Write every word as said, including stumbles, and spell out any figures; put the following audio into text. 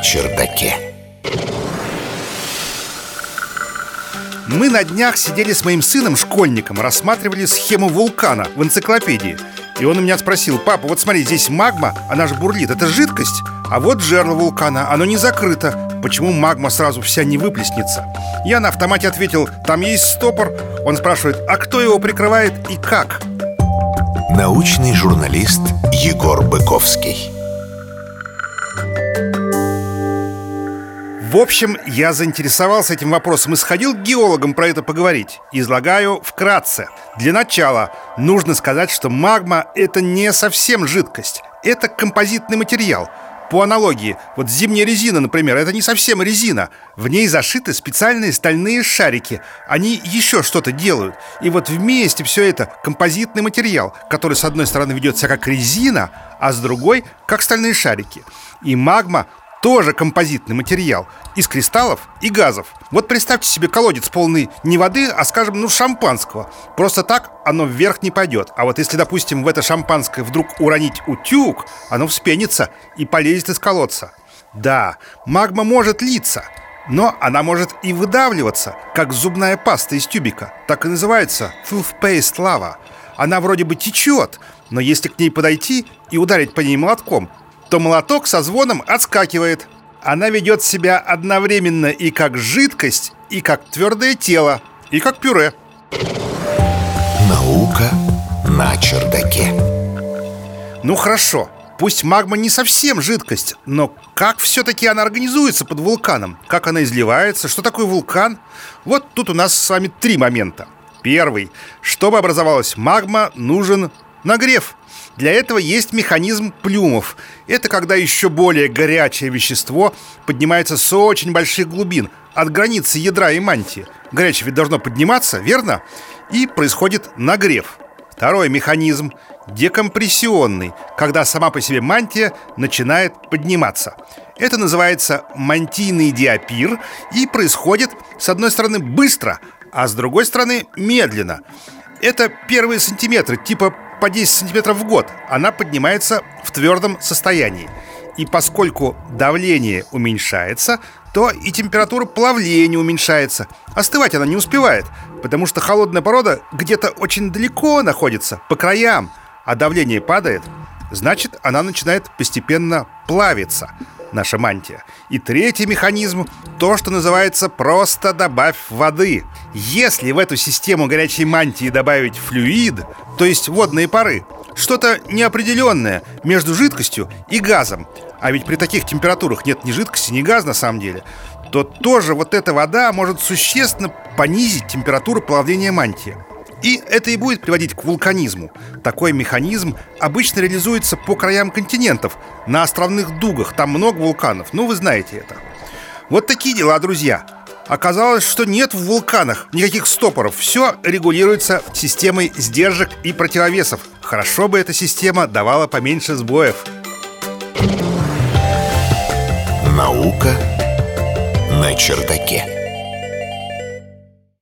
чердаке. Мы на днях сидели с моим сыном, школьником, рассматривали схему вулкана в энциклопедии. И он у меня спросил: папа, вот смотри, здесь магма, она же бурлит, это жидкость. А вот жерло вулкана, оно не закрыто. Почему магма сразу вся не выплеснется? Я на автомате ответил: там есть стопор. Он спрашивает: а кто его прикрывает и как? Научный журналист Егор Быковский. В общем, я заинтересовался этим вопросом и сходил к геологам про это поговорить. Излагаю вкратце. Для начала нужно сказать, что магма — это не совсем жидкость. Это композитный материал. По аналогии, вот зимняя резина, например, это не совсем резина. В ней зашиты специальные стальные шарики. Они еще что-то делают. И вот вместе все это композитный материал, который с одной стороны ведет себя как резина, а с другой — как стальные шарики. И магма тоже композитный материал из кристаллов и газов. Вот представьте себе колодец полный не воды, а, скажем, ну, шампанского. Просто так оно вверх не пойдет. А вот если, допустим, в это шампанское вдруг уронить утюг, оно вспенится и полезет из колодца. Да, магма может литься, но она может и выдавливаться, как зубная паста из тюбика. Так и называется toothpaste lava. Она вроде бы течет, но если к ней подойти и ударить по ней молотком, то молоток со звоном отскакивает. Она ведет себя одновременно и как жидкость, и как твердое тело, и как пюре. Наука на чердаке. Ну хорошо, пусть магма не совсем жидкость, но как все-таки она организуется под вулканом? Как она изливается? Что такое вулкан? Вот тут у нас с вами три момента. Первый. Чтобы образовалась магма, нужен нагрев. Для этого есть механизм плюмов. Это когда еще более горячее вещество поднимается с очень больших глубин, от границы ядра и мантии. Горячее ведь должно подниматься, верно? И происходит нагрев. Второй механизм – декомпрессионный, когда сама по себе мантия начинает подниматься. Это называется мантийный диапир и происходит, с одной стороны, быстро, а с другой стороны, медленно. Это первые сантиметры, типа по десять сантиметров в год. Она поднимается в твердом состоянии. И поскольку давление уменьшается, то и температура плавления уменьшается. Остывать она не успевает, потому что холодная порода где-то очень далеко находится, по краям, а давление падает. Значит, она начинает постепенно плавиться, наша мантия. И третий механизм – то, что называется «просто добавь воды». Если в эту систему горячей мантии добавить флюид, то есть водные пары, что-то неопределенное между жидкостью и газом, а ведь при таких температурах нет ни жидкости, ни газа на самом деле, то тоже вот эта вода может существенно понизить температуру плавления мантии. И это и будет приводить к вулканизму. Такой механизм обычно реализуется по краям континентов, на островных дугах. Там много вулканов, ну вы знаете это. Вот такие дела, друзья. Оказалось, что нет в вулканах никаких стопоров. Все регулируется системой сдержек и противовесов. Хорошо бы эта система давала поменьше сбоев. Наука на чердаке.